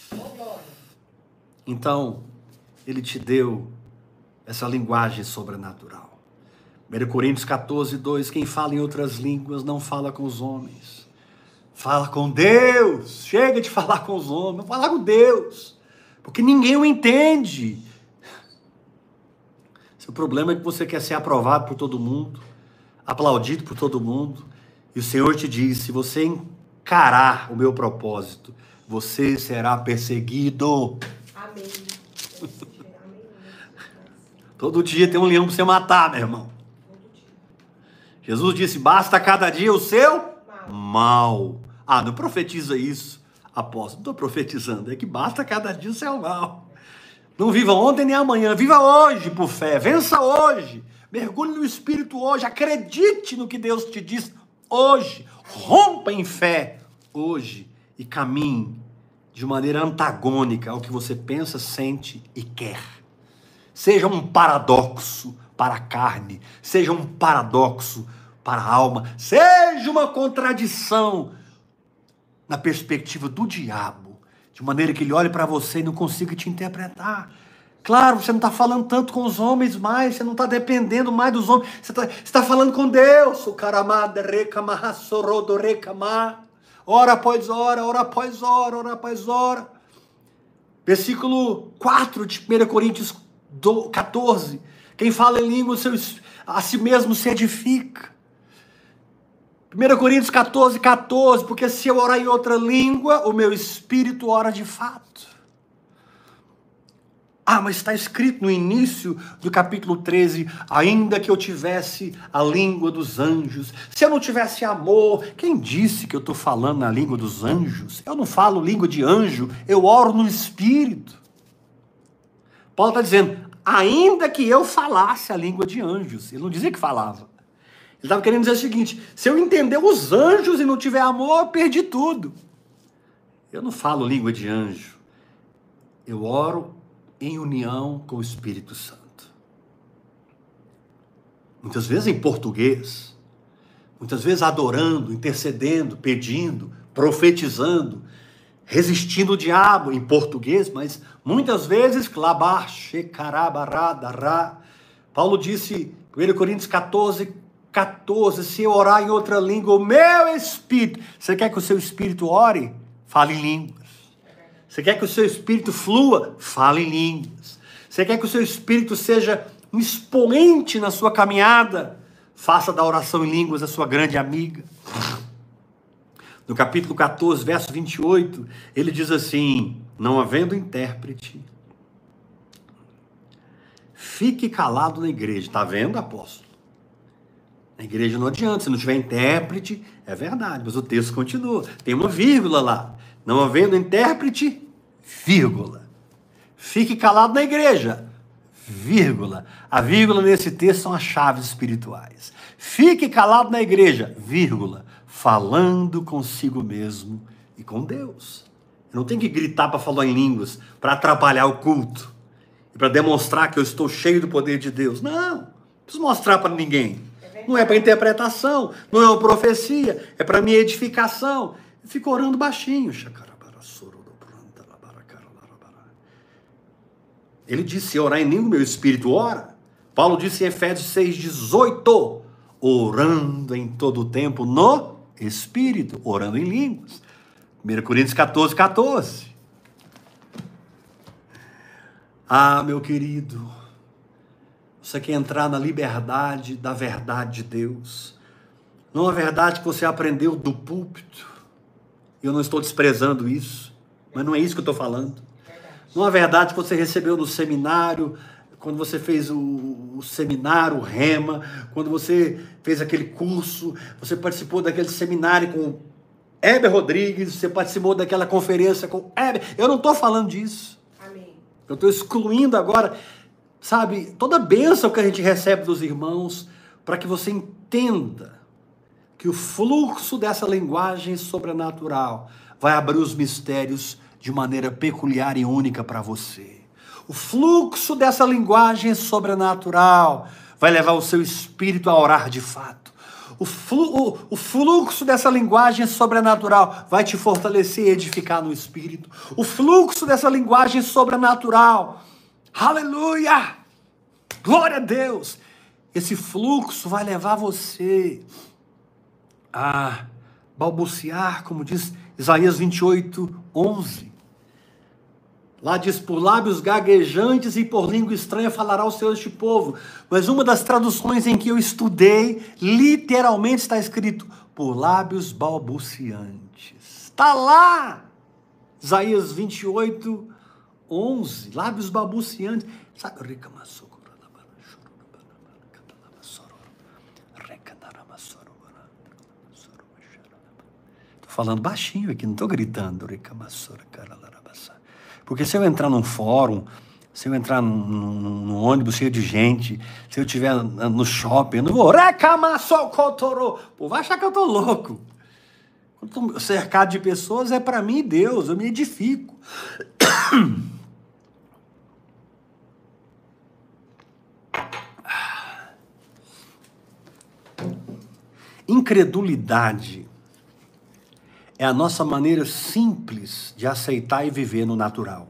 Então, ele te deu essa linguagem sobrenatural. 1 Coríntios 14, 2, quem fala em outras línguas não fala com os homens. Fala com Deus. Chega de falar com os homens, fala com Deus. Porque ninguém o entende. Seu problema é que você quer ser aprovado por todo mundo, aplaudido por todo mundo. E o Senhor te diz, se você encarar o meu propósito, você será perseguido. Amém. Todo dia tem um leão para você matar, meu irmão. Jesus disse, basta cada dia o seu mal. Não profetiza isso, apóstolo. Não estou profetizando, é que basta cada dia o seu mal. Não viva ontem nem amanhã, viva hoje por fé, vença hoje. Mergulhe no Espírito hoje, acredite no que Deus te diz hoje. Rompa em fé hoje e caminhe de maneira antagônica ao que você pensa, sente e quer. Seja um paradoxo para a carne, seja um paradoxo para a alma, seja uma contradição na perspectiva do diabo, de maneira que ele olhe para você e não consiga te interpretar. Claro, você não está falando tanto com os homens mais, você não está dependendo mais dos homens, você está falando com Deus. O hora após hora, hora após hora, hora após hora. Versículo 4 de 1 Coríntios 14. Quem fala em língua, a si mesmo se edifica. 1 Coríntios 14, 14. Porque se eu orar em outra língua, o meu espírito ora de fato. Mas está escrito no início do capítulo 13, ainda que eu tivesse a língua dos anjos, se eu não tivesse amor, quem disse que eu estou falando na língua dos anjos? Eu não falo língua de anjo, eu oro no espírito. Paulo está dizendo, ainda que eu falasse a língua de anjos. Ele não dizia que falava. Ele estava querendo dizer o seguinte, se eu entender os anjos e não tiver amor, eu perdi tudo. Eu não falo língua de anjo, eu oro em união com o Espírito Santo. Muitas vezes em português, muitas vezes adorando, intercedendo, pedindo, profetizando, resistindo o diabo em português, mas muitas vezes, Paulo disse, 1 Coríntios 14, 14, se eu orar em outra língua, o meu espírito, você quer que o seu espírito ore? Fale em línguas. Você quer que o seu espírito flua? Fale em línguas. Você quer que o seu espírito seja um expoente na sua caminhada? Faça da oração em línguas a sua grande amiga. No capítulo 14, verso 28, ele diz assim, não havendo intérprete, fique calado na igreja. Está vendo, apóstolo? Na igreja não adianta, se não tiver intérprete, é verdade, mas o texto continua. Tem uma vírgula lá. Não havendo intérprete, vírgula. Fique calado na igreja, vírgula. A vírgula nesse texto são as chaves espirituais. Fique calado na igreja, vírgula. Falando consigo mesmo e com Deus. Eu não tenho que gritar para falar em línguas, para atrapalhar o culto, para demonstrar que eu estou cheio do poder de Deus. Não preciso mostrar para ninguém. Não é para interpretação, não é uma profecia, é para minha edificação. Eu fico orando baixinho. Ele disse, orar em língua, meu espírito ora. Paulo disse em Efésios 6,18, orando em todo o tempo no espírito, orando em línguas. 1 Coríntios 14,14. Ah, meu querido, você quer entrar na liberdade da verdade de Deus, não a verdade que você aprendeu do púlpito. Eu não estou desprezando isso, mas não é isso que eu estou falando. Não a verdade que você recebeu no seminário, quando você fez o seminário, o Rema, quando você fez aquele curso, você participou daquele seminário com Heber Rodrigues, você participou daquela conferência com Heber. Eu não estou falando disso. Amém. Eu estou excluindo agora, sabe, toda a bênção que a gente recebe dos irmãos, para que você entenda que o fluxo dessa linguagem sobrenatural vai abrir os mistérios de maneira peculiar e única para você. O fluxo dessa linguagem sobrenatural vai levar o seu espírito a orar de fato. O fluxo dessa linguagem sobrenatural vai te fortalecer e edificar no espírito. O fluxo dessa linguagem sobrenatural, aleluia, glória a Deus, esse fluxo vai levar você a balbuciar, como diz Isaías 28:11. Lá diz, por lábios gaguejantes e por língua estranha falará o Senhor este povo. Mas uma das traduções em que eu estudei, literalmente está escrito, por lábios balbuciantes. Está lá! Isaías 28:11. Lábios balbuciantes. Sabe? Estou falando baixinho aqui, não estou gritando. Porque se eu entrar num fórum, se eu entrar num ônibus cheio de gente, se eu estiver no shopping, eu não vou... Pô, vai achar que eu estou louco. Quando estou cercado de pessoas, é para mim Deus, eu me edifico. Incredulidade é a nossa maneira simples de aceitar e viver no natural.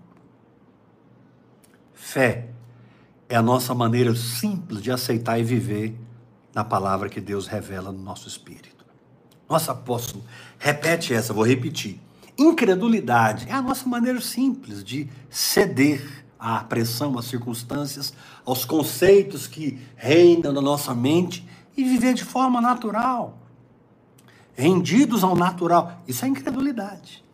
Fé é a nossa maneira simples de aceitar e viver na palavra que Deus revela no nosso espírito. Nossa, apóstolo, repete essa, vou repetir. Incredulidade é a nossa maneira simples de ceder à pressão, às circunstâncias, aos conceitos que reinam na nossa mente e viver de forma natural. Rendidos ao natural. Isso é incredulidade.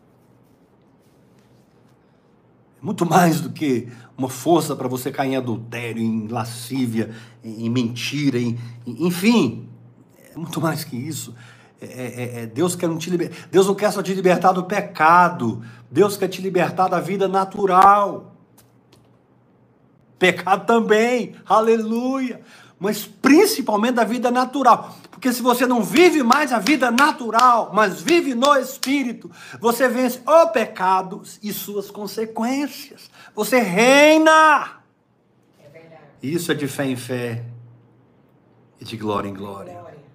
É muito mais do que uma força para você cair em adultério, em lascívia, em mentira, enfim. É muito mais que isso. Deus quer não te libertar. Deus não quer só te libertar do pecado. Deus quer te libertar da vida natural. Pecado também. Aleluia. Mas principalmente da vida natural. Porque se você não vive mais a vida natural, mas vive no Espírito, você vence o pecado e suas consequências. Você reina. É verdade. Isso é de fé em fé e de glória em glória.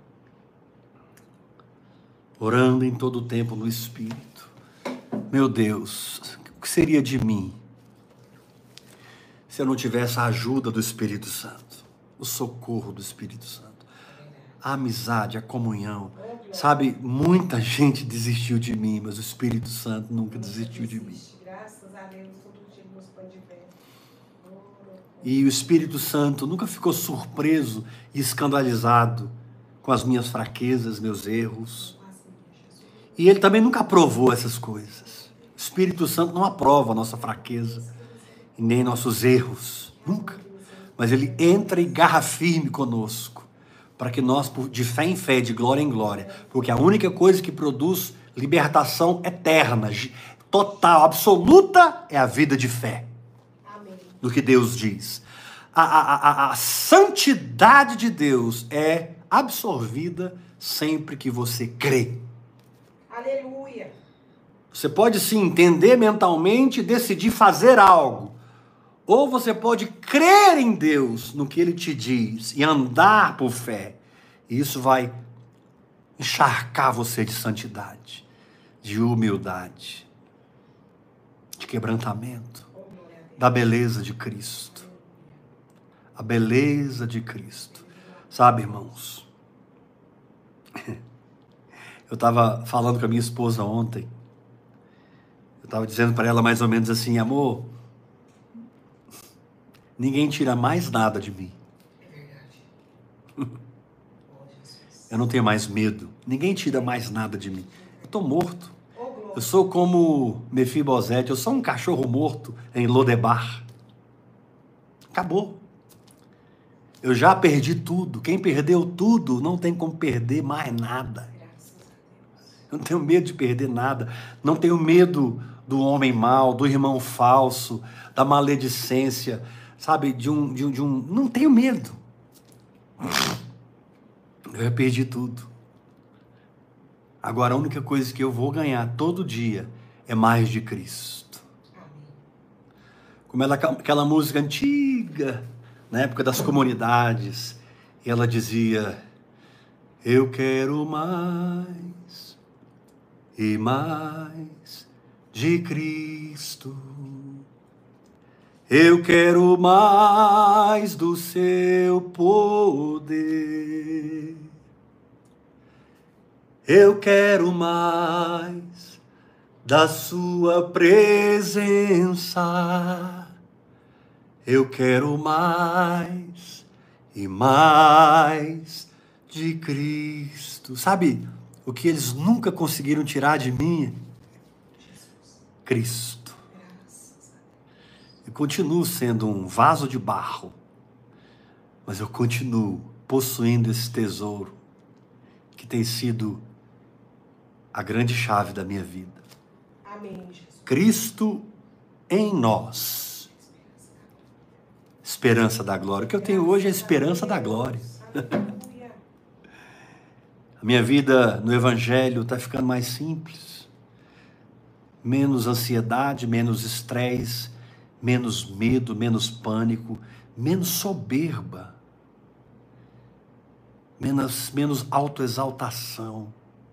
Orando em todo o tempo no Espírito. Meu Deus, o que seria de mim se eu não tivesse a ajuda do Espírito Santo? O socorro do Espírito Santo. A amizade, a comunhão. Sabe, muita gente desistiu de mim, mas o Espírito Santo nunca desistiu de mim. Graças a Deus, todo dia nos pode ver. E o Espírito Santo nunca ficou surpreso e escandalizado com as minhas fraquezas, meus erros. E ele também nunca aprovou essas coisas. O Espírito Santo não aprova a nossa fraqueza e nem nossos erros. Nunca. Mas ele entra e garra firme conosco, para que nós, de fé em fé, de glória em glória, porque a única coisa que produz libertação eterna, total, absoluta, é a vida de fé. Amém. Do que Deus diz. A santidade de Deus é absorvida sempre que você crê. Aleluia. Você pode se entender mentalmente e decidir fazer algo. Ou você pode crer em Deus, no que Ele te diz, e andar por fé. E isso vai encharcar você de santidade, de humildade, de quebrantamento, da beleza de Cristo. A beleza de Cristo. Sabe, irmãos? Eu estava falando com a minha esposa ontem. Eu estava dizendo para ela mais ou menos assim: amor, ninguém tira mais nada de mim. É verdade. Eu não tenho mais medo. Ninguém tira mais nada de mim. Eu estou morto. Eu sou como Mefibosete. Eu sou um cachorro morto em Lodebar. Acabou. Eu já perdi tudo. Quem perdeu tudo não tem como perder mais nada. Eu não tenho medo de perder nada. Não tenho medo do homem mau, do irmão falso, da maledicência, sabe? Não tenho medo. Eu já perdi tudo. Agora a única coisa que eu vou ganhar todo dia é mais de Cristo. Como aquela música antiga, na época das comunidades, e ela dizia: eu quero mais e mais de Cristo. Eu quero mais do seu poder. Eu quero mais da sua presença. Eu quero mais e mais de Cristo. Sabe o que eles nunca conseguiram tirar de mim? Cristo. Eu continuo sendo um vaso de barro, mas eu continuo possuindo esse tesouro que tem sido a grande chave da minha vida. Amém, Jesus. Cristo em nós. Esperança da glória. O que eu tenho hoje é a esperança da glória. Aleluia. A minha vida no Evangelho está ficando mais simples. Menos ansiedade, menos estresse, menos medo, menos pânico, menos soberba, menos autoexaltação.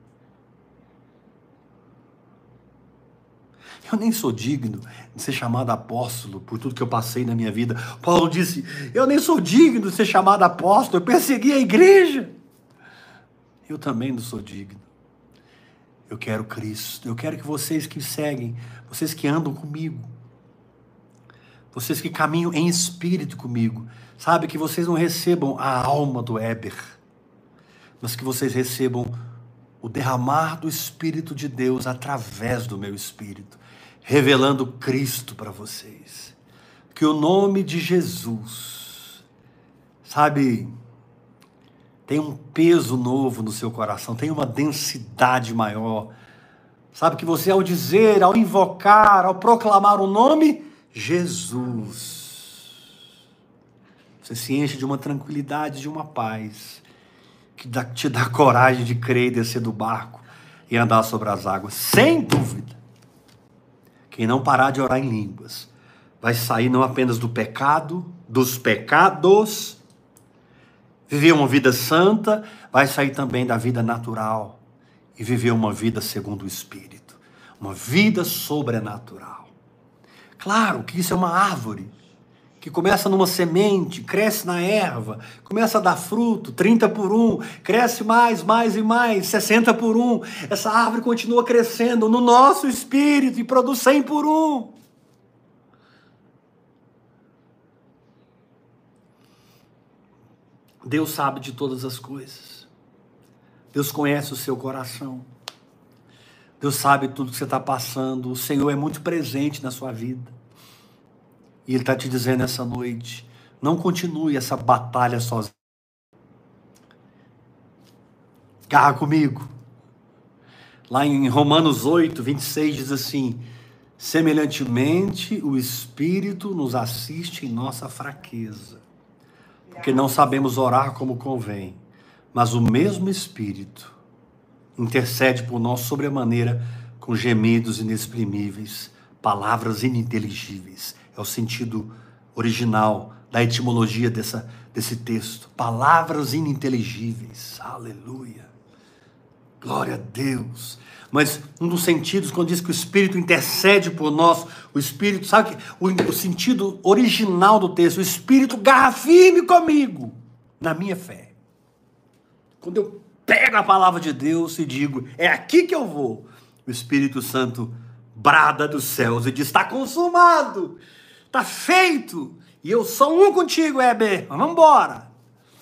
Eu nem sou digno de ser chamado apóstolo por tudo que eu passei na minha vida. Paulo disse: eu nem sou digno de ser chamado apóstolo, eu persegui a igreja. Eu também não sou digno. Eu quero Cristo. Eu quero que vocês que seguem, vocês que andam comigo, vocês que caminham em espírito comigo, sabe, que vocês não recebam a alma do Éber, mas que vocês recebam o derramar do Espírito de Deus através do meu espírito, revelando Cristo para vocês. Que o nome de Jesus, sabe, tem um peso novo no seu coração, tem uma densidade maior. Sabe, que você ao dizer, ao invocar, ao proclamar o nome Jesus, você se enche de uma tranquilidade, de uma paz, que te dá coragem de crer e descer do barco e andar sobre as águas. Sem dúvida, quem não parar de orar em línguas vai sair não apenas do pecado, dos pecados, viver uma vida santa, vai sair também da vida natural e viver uma vida segundo o Espírito, uma vida sobrenatural. Claro que isso é uma árvore que começa numa semente, cresce na erva, começa a dar fruto, 30 por 1, cresce mais e mais, 60 por 1. Essa árvore continua crescendo no nosso espírito e produz 100 por 1. Deus sabe de todas as coisas. Deus conhece o seu coração. Deus sabe tudo que você está passando. O Senhor é muito presente na sua vida. E Ele está te dizendo essa noite: não continue essa batalha sozinho. Garra comigo. Lá em Romanos 8, 26 diz assim: semelhantemente o Espírito nos assiste em nossa fraqueza, porque não sabemos orar como convém, mas o mesmo Espírito intercede por nós sobremaneira com gemidos inexprimíveis, palavras ininteligíveis. É o sentido original da etimologia desse texto. Palavras ininteligíveis. Aleluia. Glória a Deus. Mas um dos sentidos, quando diz que o Espírito intercede por nós, o Espírito, sabe o sentido original do texto, o Espírito garra firme comigo, na minha fé. Quando eu pego a palavra de Deus e digo, é aqui que eu vou, o Espírito Santo brada dos céus e diz, está consumado, está feito, e eu sou um contigo, Heber, vamos embora.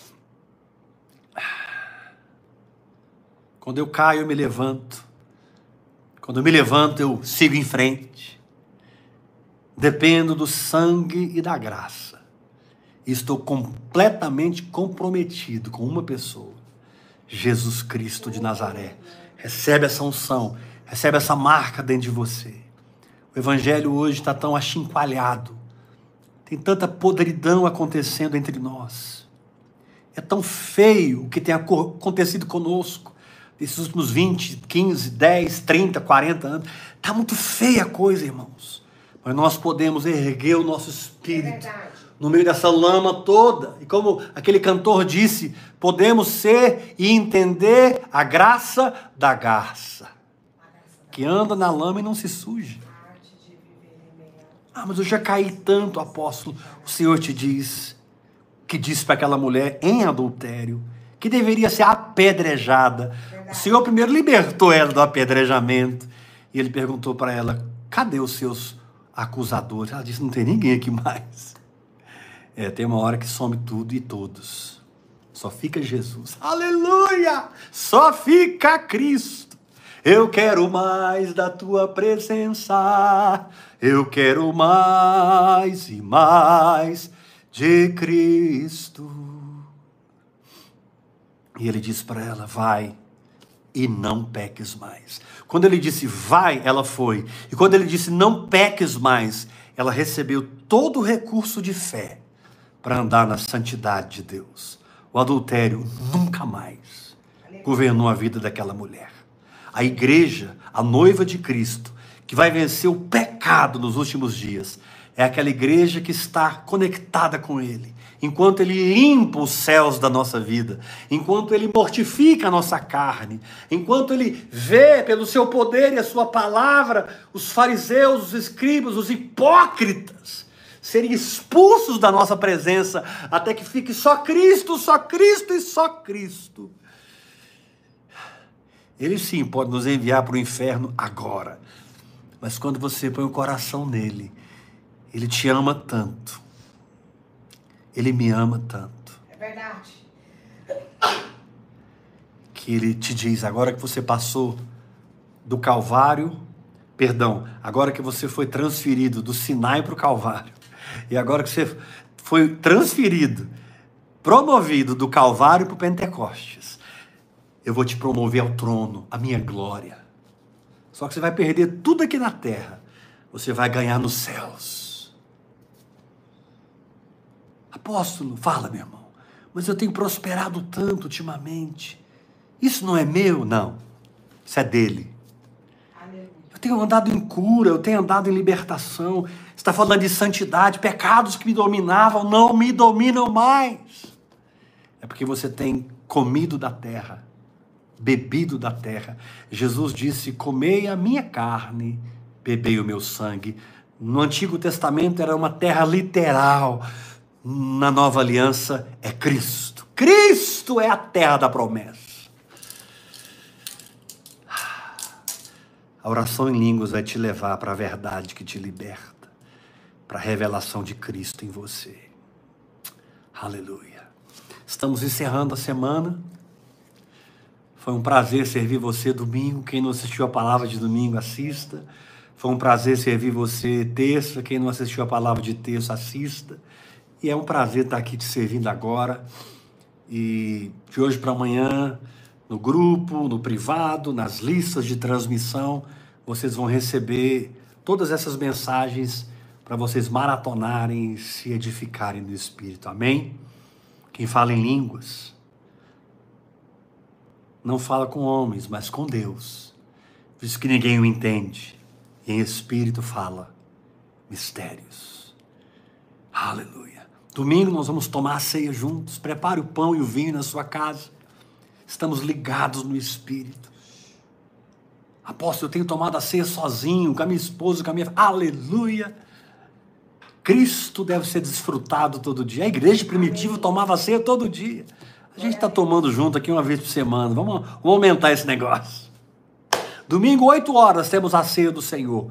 Quando eu caio, eu me levanto. Quando eu me levanto, eu sigo em frente. Dependo do sangue e da graça. Estou completamente comprometido com uma pessoa. Jesus Cristo de Nazaré. Recebe essa unção. Recebe essa marca dentro de você. O evangelho hoje está tão achincoalhado. Tem tanta podridão acontecendo entre nós. É tão feio o que tem acontecido conosco. Esses últimos 20, 15, 10, 30, 40 anos. Está muito feia a coisa, irmãos. Mas nós podemos erguer o nosso espírito no meio dessa lama toda. E como aquele cantor disse, podemos ser e entender a graça da garça, que anda na lama e não se suja. Ah, mas eu já caí tanto, apóstolo. O Senhor te diz, que disse para aquela mulher em adultério, que deveria ser apedrejada. O Senhor primeiro libertou ela do apedrejamento. E ele perguntou para ela, cadê os seus acusadores? Ela disse, não tem ninguém aqui mais. Tem uma hora que some tudo e todos. Só fica Jesus. Aleluia! Só fica Cristo. Eu quero mais da tua presença. Eu quero mais e mais de Cristo. E ele disse para ela, vai e não peques mais. Quando ele disse vai, ela foi. E quando ele disse não peques mais, ela recebeu todo o recurso de fé para andar na santidade de Deus. O adultério nunca mais governou a vida daquela mulher. A igreja, a noiva de Cristo, que vai vencer o pecado nos últimos dias, é aquela igreja que está conectada com Ele. Enquanto Ele limpa os céus da nossa vida, enquanto Ele mortifica a nossa carne, enquanto Ele vê pelo seu poder e a sua palavra, os fariseus, os escribas, os hipócritas, serem expulsos da nossa presença, até que fique só Cristo e só Cristo. Ele sim pode nos enviar para o inferno agora, mas quando você põe o coração nele, Ele te ama tanto. Ele me ama tanto. É verdade. Que Ele te diz, agora que você passou do Calvário, agora que você foi transferido do Sinai para o Calvário, e agora que você foi transferido, promovido do Calvário para o Pentecostes, eu vou te promover ao trono, a minha glória. Só que você vai perder tudo aqui na terra, você vai ganhar nos céus. Apóstolo, fala, meu irmão, mas eu tenho prosperado tanto ultimamente. Isso não é meu? Não, isso é dele. Eu tenho andado em cura, eu tenho andado em libertação. Você está falando de santidade, pecados que me dominavam não me dominam mais. É porque você tem comido da terra, bebido da terra. Jesus disse, comei a minha carne, bebei o meu sangue. No Antigo Testamento era uma terra literal. Na nova aliança é Cristo. Cristo é a terra da promessa. A oração em línguas vai te levar para a verdade que te liberta, para a revelação de Cristo em você. Aleluia. Estamos encerrando a semana. Foi um prazer servir você domingo. Quem não assistiu a palavra de domingo, assista. Foi um prazer servir você terça. Quem não assistiu a palavra de terça, assista. E é um prazer estar aqui te servindo agora. E de hoje para amanhã, no grupo, no privado, nas listas de transmissão, vocês vão receber todas essas mensagens para vocês maratonarem e se edificarem no Espírito. Amém? Quem fala em línguas não fala com homens, mas com Deus. visto que ninguém o entende. E em espírito fala mistérios. Aleluia. Domingo nós vamos tomar a ceia juntos. Prepare o pão e o vinho na sua casa. Estamos ligados no espírito. Apóstolo, eu tenho tomado a ceia sozinho, com a minha esposa, com a minha... Aleluia. Cristo deve ser desfrutado todo dia. A igreja primitiva tomava a ceia todo dia. A gente está tomando junto aqui uma vez por semana. Vamos aumentar esse negócio. Domingo, 8 horas, temos a ceia do Senhor.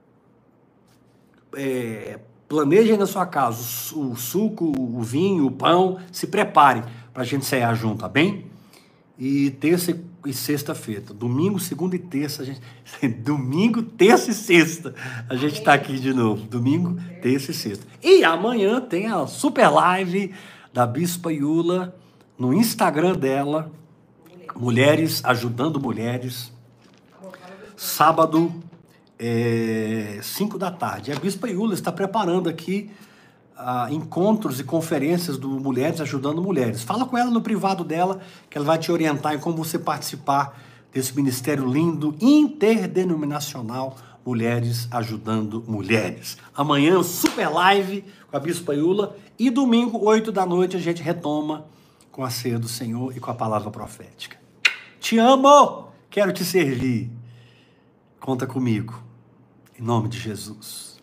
Planejem na sua casa o suco, o vinho, o pão. Se prepare para a gente cear junto, tá bem? E terça e sexta-feira. Domingo, segunda e terça. Domingo, terça e sexta. A gente está aqui de novo. Domingo, terça e sexta. E amanhã tem a super live da Bispa Iula no Instagram dela. Mulheres ajudando mulheres. Sábado, 5 da tarde. A Bispa Iula está preparando aqui encontros e conferências do Mulheres Ajudando Mulheres. Fala com ela no privado dela, que ela vai te orientar em como você participar desse ministério lindo, interdenominacional, Mulheres Ajudando Mulheres. Amanhã, super live com a Bispa Iula. E domingo, 8 da noite, a gente retoma com a ceia do Senhor e com a palavra profética. Te amo! Quero te servir. Conta comigo. Em nome de Jesus.